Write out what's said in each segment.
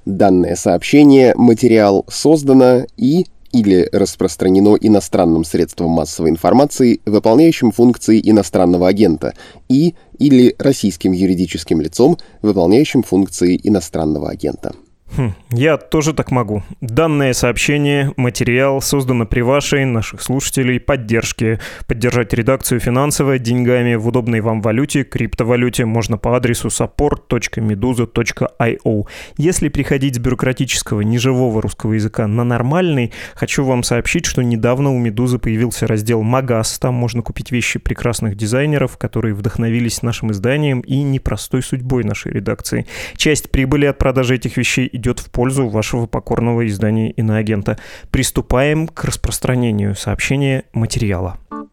Данное сообщение, материал создано или распространено иностранным средством массовой информации, выполняющим функции иностранного агента, или российским юридическим лицом, выполняющим функции иностранного агента. Я тоже так могу. Данное сообщение, материал создано при вашей, наших слушателей, поддержке. Поддержать редакцию финансово, деньгами в удобной вам валюте, криптовалюте можно по адресу support.meduza.io. Если переходить с бюрократического, неживого русского языка на нормальный, хочу вам сообщить, что недавно у Медузы появился раздел «Магаз». Там можно купить вещи прекрасных дизайнеров, которые вдохновились нашим изданием и непростой судьбой нашей редакции. Часть прибыли от продажи этих вещей идет в пользу вашего покорного издания «Иноагента». Приступаем к распространению сообщения материала.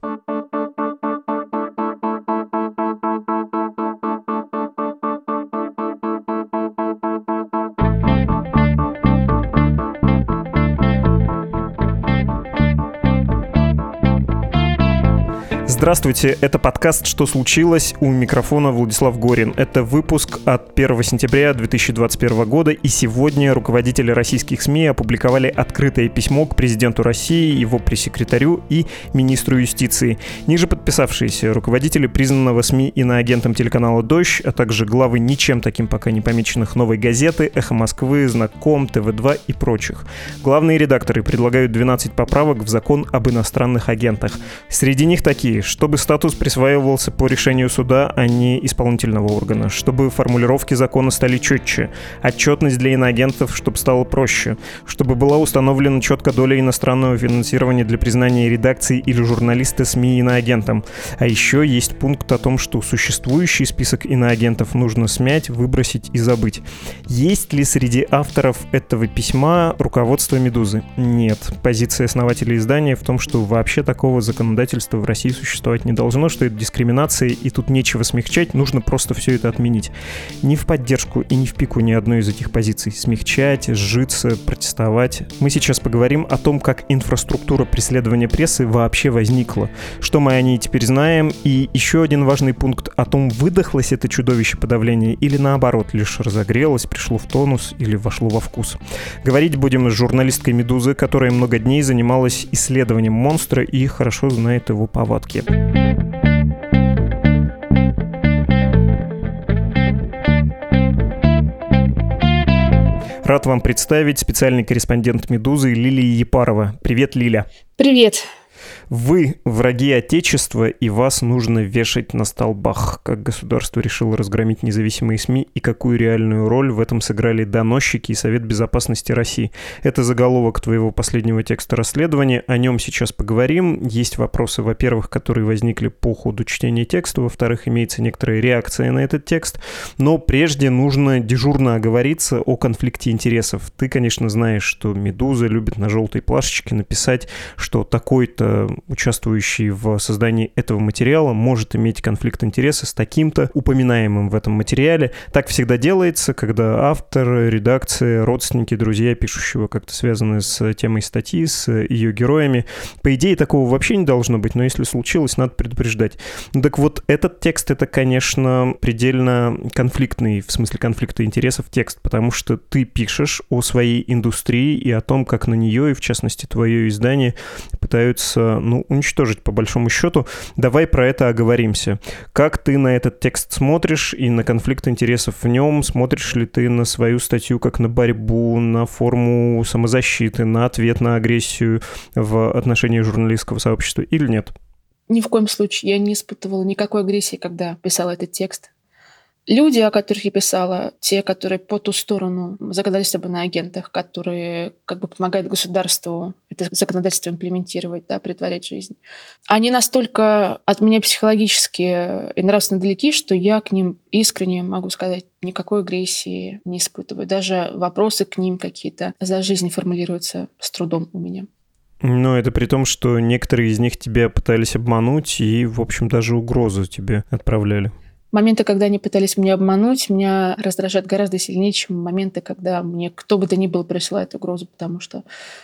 Здравствуйте, это подкаст «Что случилось?». У микрофона Владислав Горин. Это выпуск от 1 сентября 2021 года, и сегодня руководители российских СМИ опубликовали открытое письмо к президенту России, его пресс-секретарю и министру юстиции. Ниже подписавшиеся руководители признанного СМИ иноагентом телеканала «Дождь», а также главы ничем таким пока не помеченных «Новой газеты», «Эхо Москвы», «Знаком», ТВ2 и прочих. Главные редакторы предлагают 12 поправок в закон об иностранных агентах. Среди них такие: чтобы статус присваивался по решению суда, а не исполнительного органа, чтобы формулировки закона стали четче, отчетность для иноагентов, чтобы стало проще, чтобы была установлена четкая доля иностранного финансирования для признания редакции или журналиста СМИ иноагентом. А еще есть пункт о том, что существующий список иноагентов нужно смять, выбросить и забыть. Есть ли среди авторов этого письма руководство «Медузы»? Нет. Позиция основателей издания в том, что вообще такого законодательства в России существовать не должно, что это дискриминация, и тут нечего смягчать, нужно просто все это отменить. Не в поддержку и не в пику ни одной из этих позиций. Смягчать, сжиться, протестовать. Мы сейчас поговорим о том, как инфраструктура преследования прессы вообще возникла, что мы о ней теперь знаем, и еще один важный пункт о том, выдохлось это чудовище подавления или наоборот, лишь разогрелось, пришло в тонус или вошло во вкус. Говорить будем с журналисткой «Медузы», которая много дней занималась исследованием монстра и хорошо знает его повадки. Рад вам представить специальный корреспондент «Медузы» Лилия Епарова. Привет, Лиля. Привет. Вы враги Отечества, и вас нужно вешать на столбах. Как государство решило разгромить независимые СМИ и какую реальную роль в этом сыграли доносчики и Совет Безопасности России? Это заголовок твоего последнего текста расследования. О нем сейчас поговорим. Есть вопросы, во-первых, которые возникли по ходу чтения текста, во-вторых, имеется некоторая реакция на этот текст. Но прежде нужно дежурно оговориться о конфликте интересов. Ты, конечно, знаешь, что «Медуза» любит на желтой плашечке написать, что такой-то участвующий в создании этого материала может иметь конфликт интереса с таким-то упоминаемым в этом материале. Так всегда делается, когда автор, редакция, родственники, друзья пишущего как-то связаны с темой статьи, с ее героями. По идее, такого вообще не должно быть, но если случилось, надо предупреждать. Ну, так вот, этот текст — это, конечно, предельно конфликтный, в смысле конфликта интересов текст, потому что ты пишешь о своей индустрии и о том, как на нее, и в частности твое издание, пытаются уничтожить по большому счету. Давай про это оговоримся. Как ты на этот текст смотришь и на конфликт интересов в нем? Смотришь ли ты на свою статью как на борьбу, на форму самозащиты, на ответ на агрессию в отношении журналистского сообщества или нет? Ни в коем случае. Я не испытывала никакой агрессии, когда писала этот текст. Люди, о которых я писала, те, которые по ту сторону законодательства об иноагентах, которые как бы помогают государству это законодательство имплементировать, да, претворять в жизнь, они настолько от меня психологически и нравственно далеки, что я к ним искренне могу сказать, никакой агрессии не испытываю. Даже вопросы к ним какие-то за жизнь формулируются с трудом у меня. Но это при том, что некоторые из них тебя пытались обмануть и, в общем, даже угрозу тебе отправляли. Моменты, когда они пытались меня обмануть, меня раздражают гораздо сильнее, чем моменты, когда мне кто бы то ни было присылает угрозу, потому что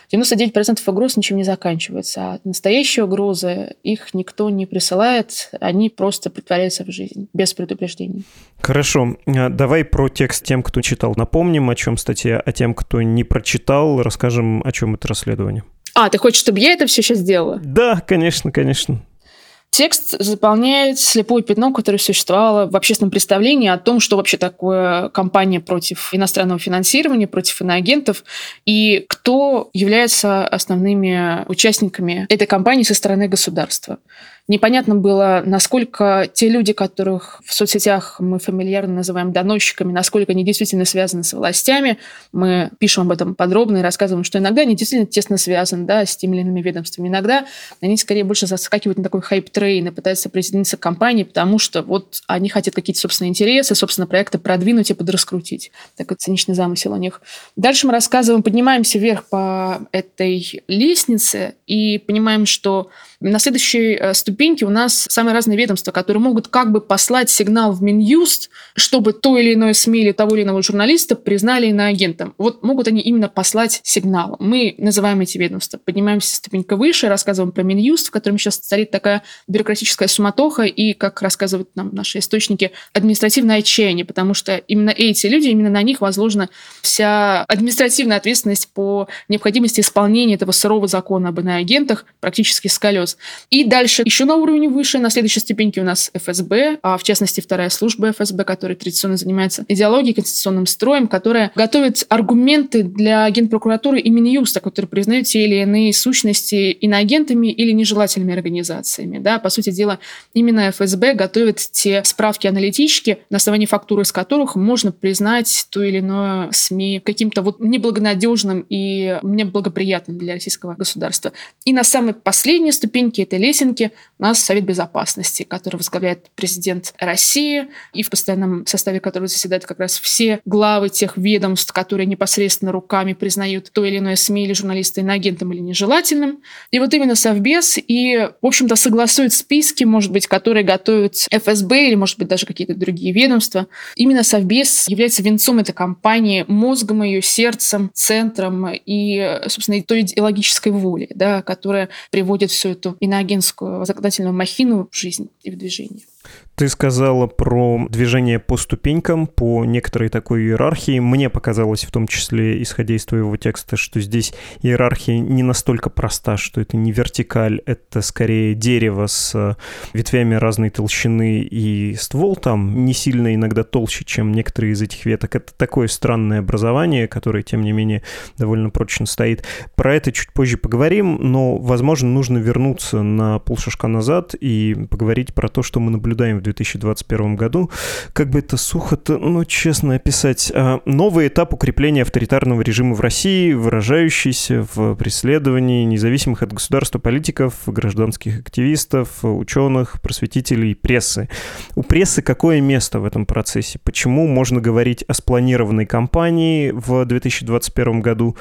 99% угроз ничем не заканчивается, а настоящие угрозы, их никто не присылает, они просто притворяются в жизнь, без предупреждений. Хорошо. Давай про текст тем, кто читал. Напомним, о чем статья, а тем, кто не прочитал, расскажем, о чем это расследование. Ты хочешь, чтобы я это все сейчас сделала? Да, конечно, конечно. Текст заполняет слепое пятно, которое существовало в общественном представлении о том, что вообще такое кампания против иностранного финансирования, против иноагентов, и кто является основными участниками этой кампании со стороны государства. Непонятно было, насколько те люди, которых в соцсетях мы фамильярно называем доносчиками, насколько они действительно связаны с властями. Мы пишем об этом подробно и рассказываем, что иногда они действительно тесно связаны, с теми или иными ведомствами. Иногда они скорее больше заскакивают на такой хайп-трейн и пытаются присоединиться к кампании, потому что они хотят какие-то собственные интересы, собственно, проекты продвинуть и подраскрутить. Такой циничный замысел у них. Дальше мы рассказываем, поднимаемся вверх по этой лестнице и понимаем, что на следующей ступеньке у нас самые разные ведомства, которые могут как бы послать сигнал в Минюст, чтобы то или иное СМИ или того или иного журналиста признали иноагентом. Могут они именно послать сигнал. Мы называем эти ведомства, поднимаемся ступенька выше, рассказываем про Минюст, в котором сейчас царит такая бюрократическая суматоха и, как рассказывают нам наши источники, административное отчаяние, потому что именно эти люди, именно на них возложена вся административная ответственность по необходимости исполнения этого сырого закона об иноагентах практически с колес. И дальше, еще на уровне выше, на следующей ступеньке у нас ФСБ, а в частности вторая служба ФСБ, которая традиционно занимается идеологией, конституционным строем, которая готовит аргументы для Генпрокуратуры и Минюста, которые признают те или иные сущности иноагентами или нежелательными организациями. По сути дела, именно ФСБ готовит те справки-аналитички, на основании фактуры из которых можно признать то или иное СМИ каким-то неблагонадежным и неблагоприятным для российского государства. И на самой последней ступеньке этой лесенки у нас Совет Безопасности, который возглавляет президент России, и в постоянном составе которого заседают как раз все главы тех ведомств, которые непосредственно руками признают то или иное СМИ или журналиста иноагентом или нежелательным. И именно Совбез и, в общем-то, согласует списки, может быть, которые готовят ФСБ или, может быть, даже какие-то другие ведомства. Именно Совбез является венцом этой кампании, мозгом ее, сердцем, центром и, собственно, и той идеологической воли, которая приводит всю эту иноагентскую законодательную махину в жизнь и в движение. Ты сказала про движение по ступенькам, по некоторой такой иерархии. Мне показалось, в том числе, исходя из твоего текста, что здесь иерархия не настолько проста, что это не вертикаль, это скорее дерево с ветвями разной толщины, и ствол там не сильно иногда толще, чем некоторые из этих веток. Это такое странное образование, которое, тем не менее, довольно прочно стоит. Про это чуть позже поговорим, но, возможно, нужно вернуться на полшажка назад и поговорить про то, что мы наблюдаем в 2021 году. Как бы это сухо-то, честно описать. Новый этап укрепления авторитарного режима в России, выражающийся в преследовании независимых от государства политиков, гражданских активистов, ученых, просветителей, прессы. У прессы какое место в этом процессе? Почему можно говорить о спланированной кампании в 2021 году?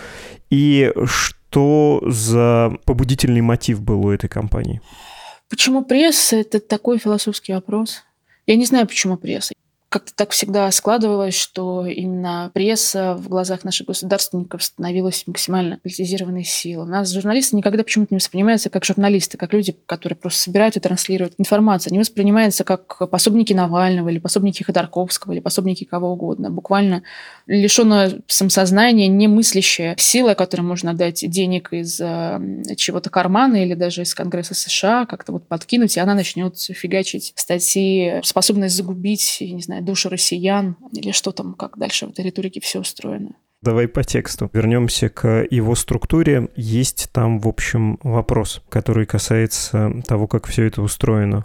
И что за побудительный мотив был у этой кампании? Почему пресса? Это такой философский вопрос. Я не знаю, почему пресса. Как-то так всегда складывалось, что именно пресса в глазах наших государственников становилась максимально политизированной силой. У нас журналисты никогда почему-то не воспринимаются как журналисты, как люди, которые просто собирают и транслируют информацию. Они воспринимаются как пособники Навального, или пособники Ходорковского, или пособники кого угодно. Буквально лишённая самосознания, немыслящая сила, которой можно дать денег из чего-то кармана или даже из Конгресса США, как-то подкинуть, и она начнет фигачить статьи, способные загубить, я не знаю, души россиян, или что там, как дальше в этой риторике все устроено. Давай по тексту. Вернемся к его структуре. Есть там, в общем, вопрос, который касается того, как все это устроено.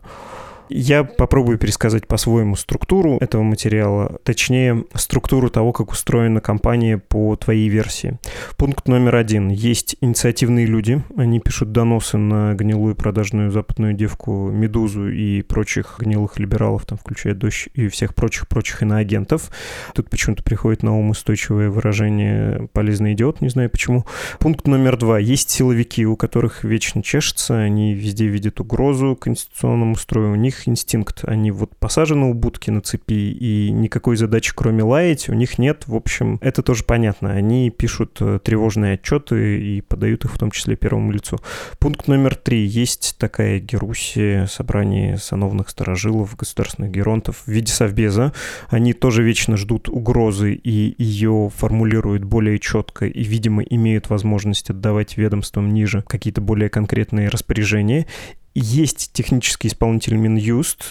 Я попробую пересказать по-своему структуру этого материала, точнее, структуру того, как устроена кампания по твоей версии. Пункт номер 1. Есть инициативные люди. Они пишут доносы на гнилую продажную западную девку Медузу и прочих гнилых либералов, там, включая Дождь и всех прочих иноагентов. Тут почему-то приходит на ум устойчивое выражение «полезный идиот», не знаю почему. Пункт номер 2. Есть силовики, у которых вечно чешется, они везде видят угрозу конституционному строю, у них них инстинкт. Они вот посажены у будки на цепи, и никакой задачи, кроме лаять, у них нет. В общем, это тоже понятно. Они пишут тревожные отчеты и подают их в том числе первому лицу. Пункт номер 3. Есть такая Геруссия, собрание сановных старожилов, государственных геронтов в виде совбеза. Они тоже вечно ждут угрозы и ее формулируют более четко и, видимо, имеют возможность отдавать ведомствам ниже какие-то более конкретные распоряжения. Есть технический исполнитель Минюст,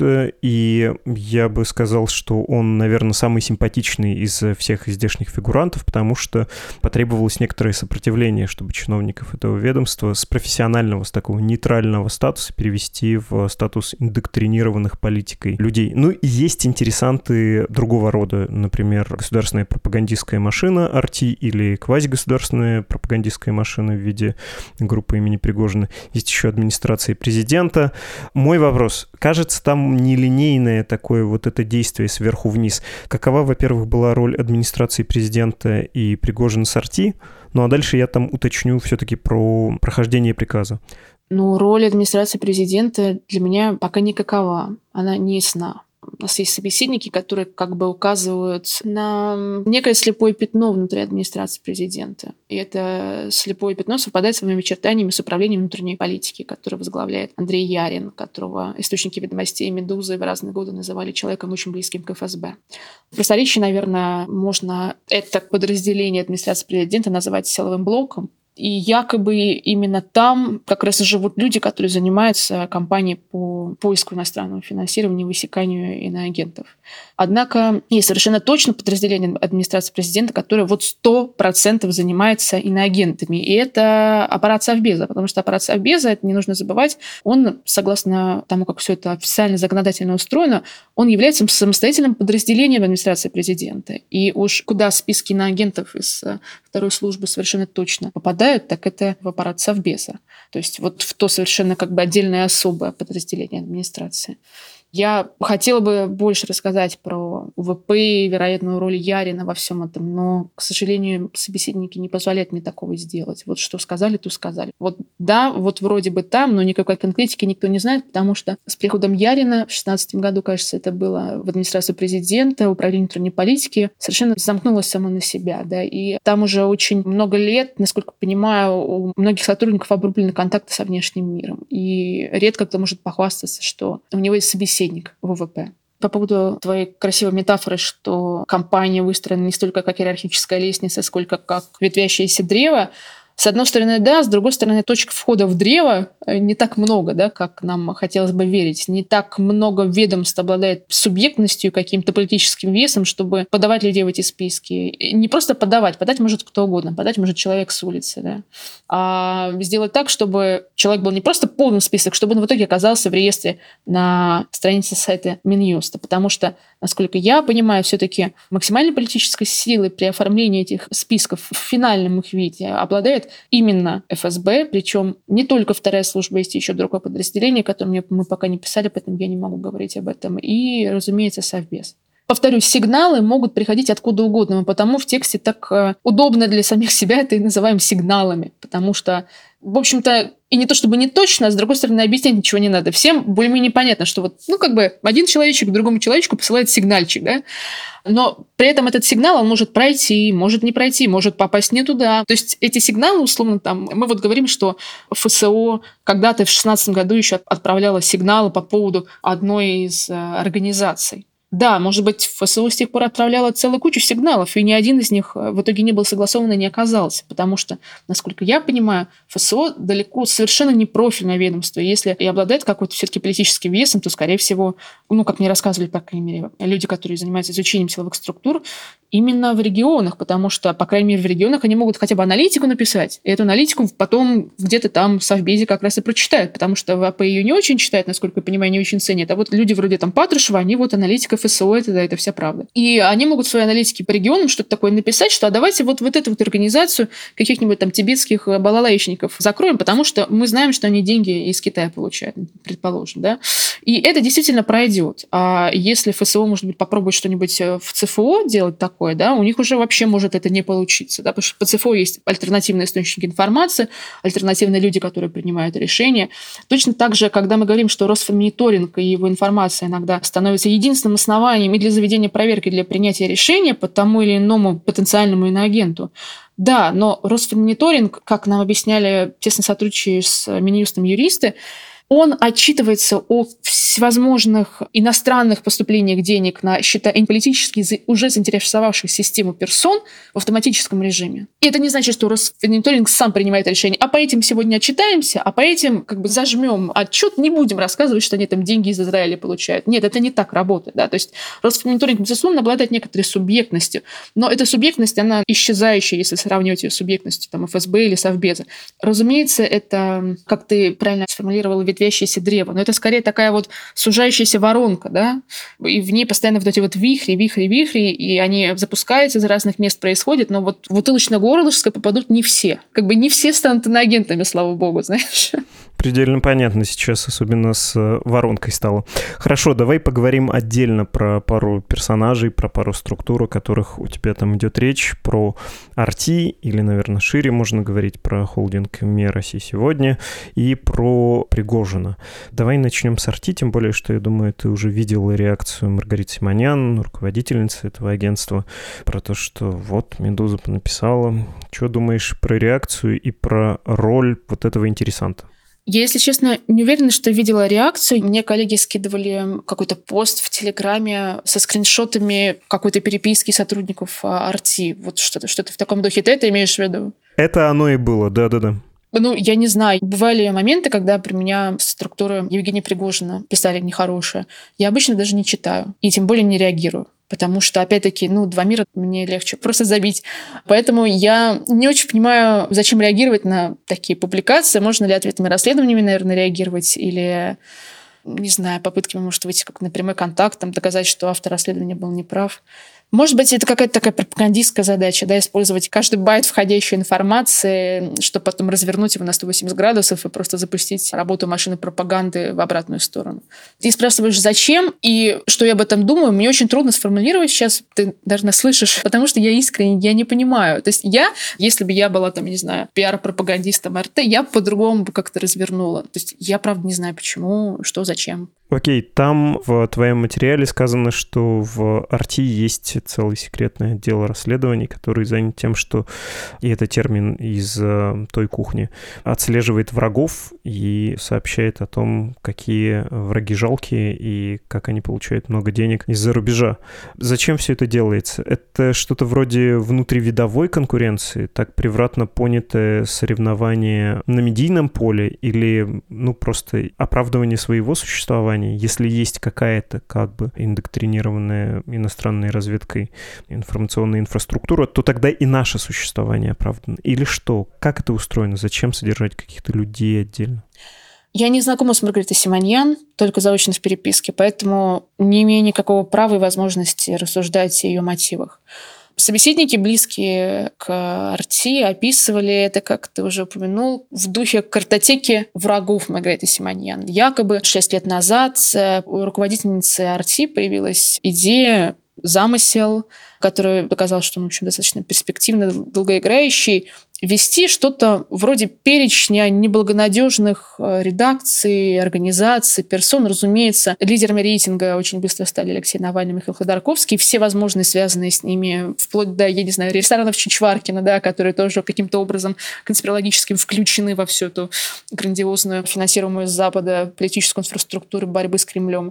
и я бы сказал, что он, наверное, самый симпатичный из всех здешних фигурантов, потому что потребовалось некоторое сопротивление, чтобы чиновников этого ведомства с профессионального, с такого нейтрального статуса перевести в статус индоктринированных политикой людей. Ну и есть интересанты другого рода, например, государственная пропагандистская машина RT или квазигосударственная пропагандистская машина в виде группы имени Пригожина. Есть еще администрация президента. Мой вопрос. Кажется, там нелинейное такое вот это действие сверху вниз. Какова, во-первых, была роль администрации президента и Пригожина с RT? Ну а дальше я там уточню все-таки про прохождение приказа. Ну, роль администрации президента для меня пока никакова. Она не ясна. У нас есть собеседники, которые как бы указывают на некое слепое пятно внутри администрации президента. И это слепое пятно совпадает с своими чертаниями с управлением внутренней политики, которое возглавляет Андрей Ярин, которого источники ведомостей «Медузы» в разные годы называли человеком очень близким к ФСБ. В просторечии, наверное, можно это подразделение администрации президента называть силовым блоком. И якобы именно там как раз и живут люди, которые занимаются кампанией по поиску иностранного финансирования, высеканию иноагентов. Однако есть совершенно точно подразделение администрации президента, которое вот 100% занимается иноагентами. И это аппарат Совбеза, потому что аппарат Совбеза, это не нужно забывать, он, согласно тому, как все это официально законодательно устроено, он является самостоятельным подразделением администрации президента. И уж куда списки иноагентов из второй службы совершенно точно попадают, так это в аппарат Совбеза. То есть вот в то совершенно как бы отдельное особое подразделение администрации. Я хотела бы больше рассказать про УВП и вероятную роль Ярина во всем этом, но, к сожалению, собеседники не позволяют мне такого сделать. Вот что сказали, то сказали. Вот да, вот вроде бы там, но никакой конкретики никто не знает, потому что с приходом Ярина в 2016 году, кажется, это было в администрацию президента, управление внутренней политики, совершенно замкнулось само на себя. Да, и там уже очень много лет, насколько понимаю, у многих сотрудников обрублены контакты со внешним миром. И редко кто может похвастаться, что у него есть собеседник ВВП. По поводу твоей красивой метафоры, что компания выстроена не столько как иерархическая лестница, сколько как ветвящееся древо, с одной стороны, да, с другой стороны, точек входа в древо не так много, да, как нам хотелось бы верить. Не так много ведомств обладает субъектностью, каким-то политическим весом, чтобы подавать людей в эти списки. И не просто подать может кто угодно, подать может человек с улицы, да. А сделать так, чтобы человек был не просто полный список, чтобы он в итоге оказался в реестре на странице сайта Минюста. Потому что, насколько я понимаю, все-таки максимальной политической силой при оформлении этих списков в финальном их виде обладает именно ФСБ, причем не только вторая служба, есть еще другое подразделение, которое мы пока не писали, поэтому я не могу говорить об этом, и, разумеется, Совбез. Повторюсь, сигналы могут приходить откуда угодно, мы потому в тексте так удобно для самих себя это и называем сигналами, потому что, в общем-то, и не то чтобы не точно, а с другой стороны, объяснять ничего не надо. Всем более-менее понятно, что вот, как бы один человечек другому человечку посылает сигнальчик, да? Но при этом этот сигнал, он может пройти, может не пройти, может попасть не туда. То есть эти сигналы, условно, там, мы вот говорим, что ФСО когда-то в 2016 году еще отправляла сигналы по поводу одной из организаций. Да, может быть, ФСО с тех пор отправляла целую кучу сигналов, и ни один из них в итоге не был согласован и не оказался, потому что, насколько я понимаю, ФСО далеко совершенно не профильное ведомство. И если и обладает какой-то все-таки политическим весом, то, скорее всего, как мне рассказывали, по крайней мере, люди, которые занимаются изучением силовых структур, именно в регионах, потому что, по крайней мере, в регионах они могут хотя бы аналитику написать, и эту аналитику потом где-то там в Совбезе как раз и прочитают, потому что ВАП ее не очень читает, насколько я понимаю, не очень ценят, а вот люди вроде там Патрушева, они вот аналитика ФСО, это вся правда. И они могут в своей аналитике по регионам что-то такое написать, что давайте вот эту вот организацию каких-нибудь там тибетских балалаечников закроем, потому что мы знаем, что они деньги из Китая получают, предположим, да. И это действительно пройдет. А если ФСО, может быть, попробует что-нибудь в ЦФО делать такое, такое, да, у них уже вообще может это не получиться, да, потому что по ЦФО есть альтернативные источники информации, альтернативные люди, которые принимают решения. Точно так же, когда мы говорим, что Росфинмониторинг и его информация иногда становится единственным основанием и для заведения проверки, для принятия решения по тому или иному потенциальному иноагенту. Да, но Росфинмониторинг, как нам объясняли тесно сотрудничающие с Минюстом юристы, он отчитывается о всевозможных иностранных поступлениях денег на счета политически уже заинтересовавших систему персон в автоматическом режиме. И это не значит, что Росфинмониторинг сам принимает решение. А по этим сегодня отчитаемся, а по этим зажмем отчет, не будем рассказывать, что они там деньги из Израиля получают. Нет, это не так работает. Да? То есть Росфинмониторинг, безусловно, обладает некоторой субъектностью, но эта субъектность, она исчезающая, если сравнивать ее с субъектностью ФСБ или Совбеза. Разумеется, это, как ты правильно сформулировала, ветвящееся древо, но это скорее такая сужающаяся воронка, да, и в ней постоянно эти вихри, и они запускаются, из разных мест происходят, но в Бутылочно-Горлышское попадут не все. Не все станут иноагентами, слава богу, знаешь. Предельно понятно сейчас, особенно с воронкой стало. Хорошо, давай поговорим отдельно про пару персонажей, про пару структур, о которых у тебя там идет речь, про RT, или, наверное, шире можно говорить про холдинг МИА России сегодня, и про Пригожина. Давай начнем с RT, тем более, что, я думаю, ты уже видела реакцию Маргариты Симонян, руководительницы этого агентства, про то, что Медуза написала. Что думаешь про реакцию и про роль этого интересанта? Я, если честно, не уверена, что видела реакцию. Мне коллеги скидывали какой-то пост в Телеграме со скриншотами какой-то переписки сотрудников RT. Что-то в таком духе. Ты это имеешь в виду? Это оно и было, да-да-да. Я не знаю. Бывали моменты, когда при меня структура Евгения Пригожина писали нехорошее. Я обычно даже не читаю. И тем более не реагирую. Потому что, опять-таки, два мира мне легче просто забить. Поэтому я не очень понимаю, зачем реагировать на такие публикации. Можно ли ответными расследованиями, наверное, реагировать, или, не знаю, попытками, может, выйти на прямой контакт, доказать, что автор расследования был неправ. Может быть, это какая-то такая пропагандистская задача, да, использовать каждый байт входящей информации, чтобы потом развернуть его на 180 градусов и просто запустить работу машины пропаганды в обратную сторону. Ты спрашиваешь, зачем и что я об этом думаю, мне очень трудно сформулировать сейчас, ты, наверное, слышишь, потому что я искренне, я не понимаю. То есть если бы я была, пиар-пропагандистом РТ, я бы по-другому как-то развернула. То есть я, правда, не знаю, почему, что, зачем. Окей, там в твоем материале сказано, что в RT есть целый секретный отдел расследований, который занят тем, что, и это термин из той кухни, отслеживает врагов и сообщает о том, какие враги жалкие и как они получают много денег из-за рубежа. Зачем все это делается? Это что-то вроде внутривидовой конкуренции, так превратно понятое соревнование на медийном поле или просто оправдывание своего существования? Если есть какая-то индоктринированная иностранной разведкой информационная инфраструктура, то тогда и наше существование оправдано. Или что? Как это устроено? Зачем содержать каких-то людей отдельно? Я не знакома с Маргаритой Симонян, только заочно в переписке, поэтому не имею никакого права и возможности рассуждать о ее мотивах. Собеседники, близкие к RT, описывали это, как ты уже упомянул, в духе картотеки врагов Маргариты Симонян. Якобы 6 лет назад у руководительницы RT появилась идея, замысел, который доказал, что он, достаточно перспективно, долгоиграющий, вести что-то вроде перечня неблагонадежных редакций, организаций, персон. Разумеется, лидерами рейтинга очень быстро стали Алексей Навальный, Михаил Ходорковский, все возможные связанные с ними, вплоть до, ресторанов Чичваркина, да, которые тоже каким-то образом конспирологически включены во всю эту грандиозную, финансируемую с Запада политическую инфраструктуру борьбы с Кремлем.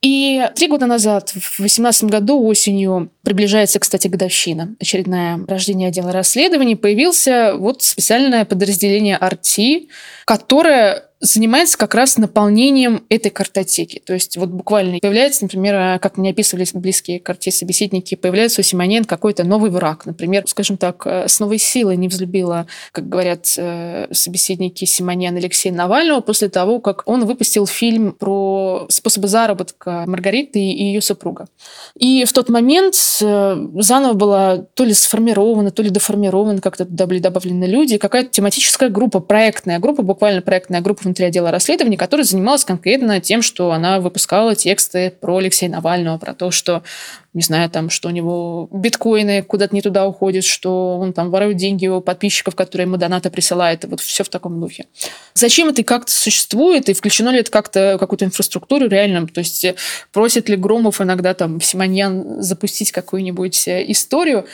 И 3 года назад, в 2018 году, осенью, приближается, кстати, годовщина, очередное рождение отдела расследований, появился специальное подразделение RT, которое занимается как раз наполнением этой картотеки. То есть буквально появляется, например, как мне описывали близкие к RT собеседники, появляется у Симонян какой-то новый враг. Например, скажем так, с новой силой не взлюбила, как говорят собеседники Симонян, Алексея Навального после того, как он выпустил фильм про способы заработка Маргариты и ее супруга. И в тот момент заново была то ли сформирована, то ли деформирована, как-то туда были добавлены люди, какая-то тематическая группа, проектная группа, буквально проектная группа внутри отдела расследований, которая занималась конкретно тем, что она выпускала тексты про Алексея Навального, про то, что не знаю, там, что у него биткоины куда-то не туда уходят, что он там ворует деньги у подписчиков, которые ему донаты присылает, и вот все в таком духе. Зачем это как-то существует, и включено ли это как-то в какую-то инфраструктуру реально? То есть просит ли Громов иногда там Симоньян запустить какую-нибудь историю?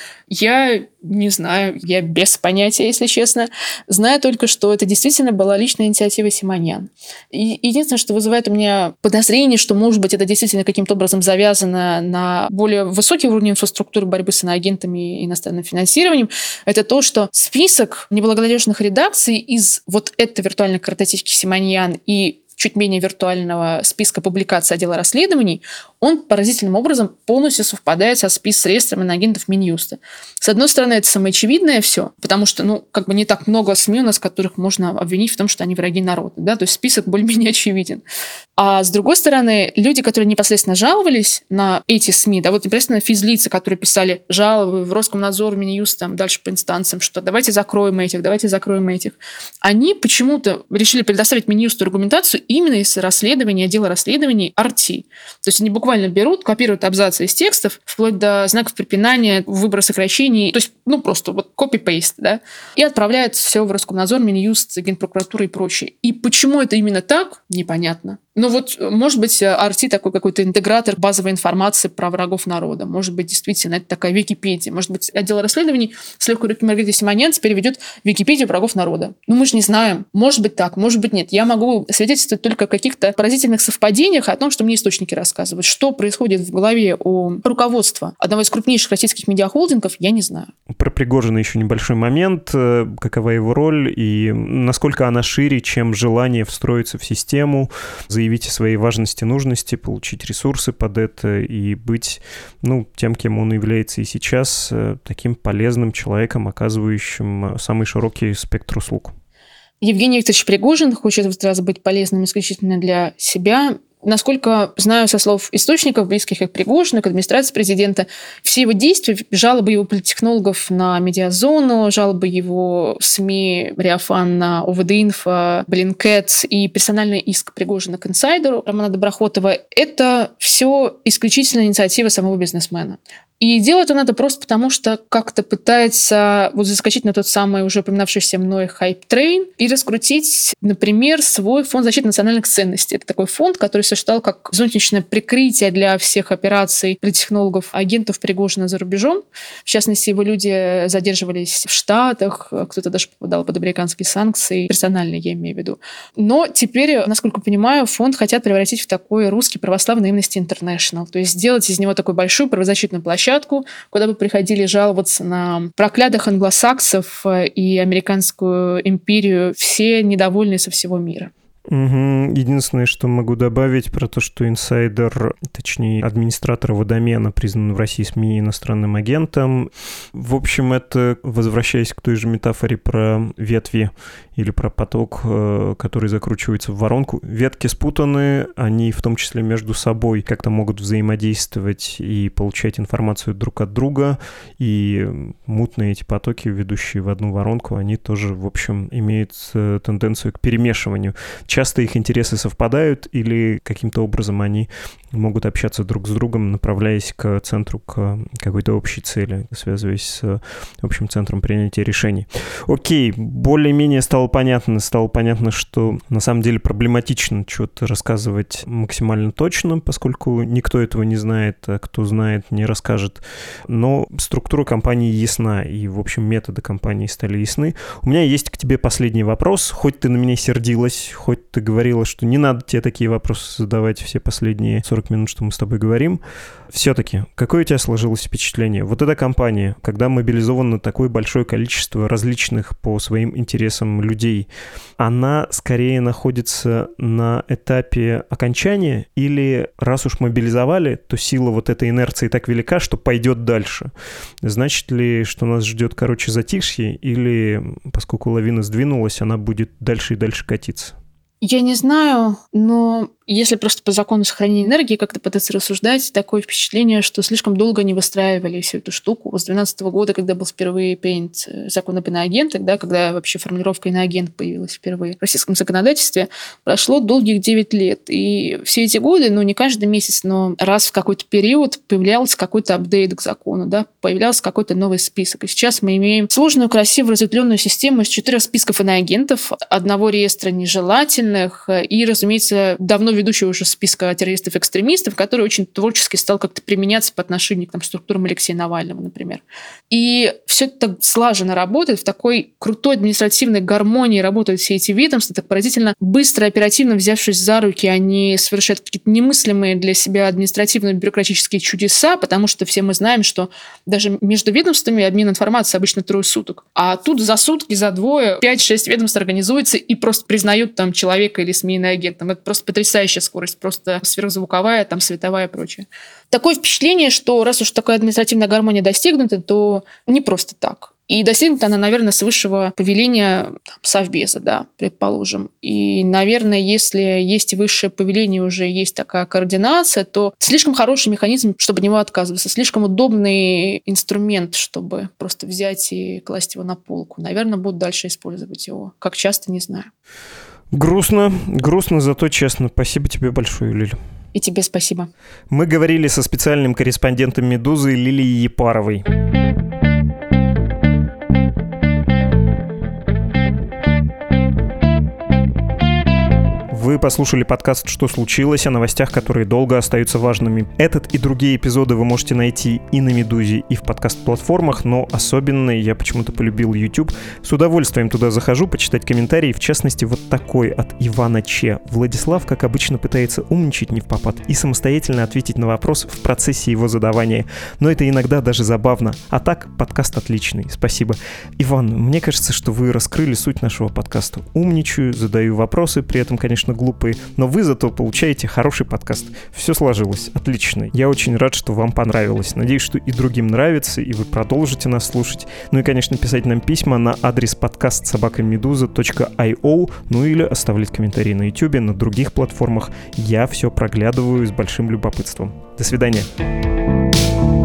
Я не знаю, я без понятия, если честно. Знаю только, что это действительно была личная инициатива Симоньян. И единственное, что вызывает у меня подозрение, что, может быть, это действительно каким-то образом завязано на более высокий уровень инфраструктуры борьбы с иноагентами и иностранным финансированием, это то, что список неблагонадежных редакций из вот этой виртуальной картотеки Симоньян и чуть менее виртуального списка публикаций отдела расследований, он поразительным образом полностью совпадает со реестром иноагентов Минюста. С одной стороны, это самоочевидное все, потому что, не так много СМИ у нас, которых можно обвинить в том, что они враги народа, да, то есть список более-менее очевиден. А с другой стороны, люди, которые непосредственно жаловались на эти СМИ, да, вот непосредственно физлица, которые писали жалобы в Роскомнадзор, в Минюст, там, дальше по инстанциям, что давайте закроем этих, они почему-то решили предоставить Минюсту аргументацию именно из расследования, отдела расследований RT. То есть они буквально берут, копируют абзацы из текстов, вплоть до знаков препинания, выбора сокращений, то есть, просто вот копи-пейст, да, и отправляют все в Роскомнадзор, Минюст, Генпрокуратура и прочее. И почему это именно так, непонятно. Но вот, может быть, RT такой какой-то интегратор базовой информации про врагов народа. Может быть, действительно, это такая Википедия. Может быть, отдел расследований с легкой руки Маргариты Симоньян теперь ведет Википедию врагов народа. Мы же не знаем. Может быть так, может быть нет. Я могу свидетельствовать только о каких-то поразительных совпадениях, о том, что мне источники рассказывают. Что происходит в голове у руководства одного из крупнейших российских медиахолдингов, я не знаю. Про Пригожина еще небольшой момент. Какова его роль и насколько она шире, чем желание встроиться в систему, заявить о своей важности, нужности, получить ресурсы под это и быть, тем, кем он является и сейчас, таким полезным человеком, оказывающим самый широкий спектр услуг. Евгений Викторович Пригожин хочет в этот раз быть полезным исключительно для себя. Насколько знаю со слов источников, близких к Пригожину, к администрации президента, все его действия, жалобы его политтехнологов на Медиазону, жалобы его в СМИ Реафан на ОВД-Инфо, Блинкет и персональный иск Пригожина к инсайдеру Романа Доброхотова — это все исключительно инициатива самого бизнесмена. И делает он это просто потому, что как-то пытается заскочить на тот самый уже упоминавшийся мной хайп-трейн и раскрутить, например, свой фонд защиты национальных ценностей. Это такой фонд, который существовал как зонтичное прикрытие для всех операций политтехнологов, агентов Пригожина за рубежом. В частности, его люди задерживались в Штатах, кто-то даже попадал под американские санкции, персонально я имею в виду. Но теперь, насколько понимаю, фонд хотят превратить в такой русский православный Amnesty International, то есть сделать из него такую большую правозащитную площадку, куда бы приходили жаловаться на проклятых англосаксов и американскую империю все недовольные со всего мира. Единственное, что могу добавить про то, что инсайдер, точнее, администратор его домена, признан в России СМИ иностранным агентом. В общем, это, возвращаясь к той же метафоре про ветви или про поток, который закручивается в воронку. Ветки спутаны, они в том числе между собой как-то могут взаимодействовать и получать информацию друг от друга, и мутные эти потоки, ведущие в одну воронку, они тоже, в общем, имеют тенденцию к перемешиванию. Часто их интересы совпадают или каким-то образом они могут общаться друг с другом, направляясь к центру, к какой-то общей цели, связываясь с общим центром принятия решений. Окей, более-менее стало понятно, что на самом деле проблематично что-то рассказывать максимально точно, поскольку никто этого не знает, а кто знает, не расскажет. Но структура компании ясна, и, в общем, методы компании стали ясны. У меня есть к тебе последний вопрос. Хоть ты на меня сердилась, хоть ты говорила, что не надо тебе такие вопросы задавать все последние 40 минут, что мы с тобой говорим. Все-таки, какое у тебя сложилось впечатление? Вот эта компания, когда мобилизовано такое большое количество различных по своим интересам людей, она скорее находится на этапе окончания или раз уж мобилизовали, то сила вот этой инерции так велика, что пойдет дальше? Значит ли, что нас ждет, затишье, или, поскольку лавина сдвинулась, она будет дальше и дальше катиться? Я не знаю, но если просто по закону сохранения энергии как-то пытаться рассуждать, такое впечатление, что слишком долго не выстраивали всю эту штуку. С 2012 года, когда был впервые принят закон об иноагентах, да, когда вообще формулировка иноагент появилась впервые в российском законодательстве, прошло долгих 9 лет. И все эти годы, не каждый месяц, но раз в какой-то период появлялся какой-то апдейт к закону, да, появлялся какой-то новый список. И сейчас мы имеем сложную, красивую, разветвленную систему из 4 списков иноагентов, одного реестра нежелательных и, разумеется, давно ведущего уже списка террористов-экстремистов, который очень творчески стал как-то применяться по отношению к структурам Алексея Навального, например. И все это так слаженно работает, в такой крутой административной гармонии работают все эти ведомства, так поразительно быстро, оперативно взявшись за руки, они совершают какие-то немыслимые для себя административно-бюрократические чудеса, потому что все мы знаем, что даже между ведомствами обмен информацией обычно 3 суток. А тут за сутки, за двое 5-6 ведомств организуются и просто признают там человека или СМИ иноагентом. Это просто потрясающая скорость, просто сверхзвуковая, там световая и прочее. Такое впечатление, что раз уж такая административная гармония достигнута, то не просто так. И достигнута она, наверное, с высшего повеления Совбеза, да, предположим. И, наверное, если есть высшее повеление, уже есть такая координация, то слишком хороший механизм, чтобы от него отказываться, слишком удобный инструмент, чтобы просто взять и класть его на полку. Наверное, будут дальше использовать его. Как часто, не знаю. Грустно, зато честно. Спасибо тебе большое, Лиля. И тебе спасибо. Мы говорили со специальным корреспондентом «Медузы» Лилией Епаровой. Вы послушали подкаст «Что случилось?» о новостях, которые долго остаются важными. Этот и другие эпизоды вы можете найти и на «Медузе», и в подкаст-платформах, но особенно я почему-то полюбил YouTube. С удовольствием туда захожу, почитать комментарии, в частности, вот такой от Ивана Че. Владислав, как обычно, пытается умничать невпопад и самостоятельно ответить на вопрос в процессе его задавания. Но это иногда даже забавно. А так, подкаст отличный. Спасибо. Иван, мне кажется, что вы раскрыли суть нашего подкаста. Умничаю, задаю вопросы, при этом, конечно, глупые, но вы зато получаете хороший подкаст. Все сложилось. Отлично. Я очень рад, что вам понравилось. Надеюсь, что и другим нравится, и вы продолжите нас слушать. Ну и, конечно, писать нам письма на адрес podcast@meduza.io, ну или оставлять комментарии на YouTube, на других платформах. Я все проглядываю с большим любопытством. До свидания.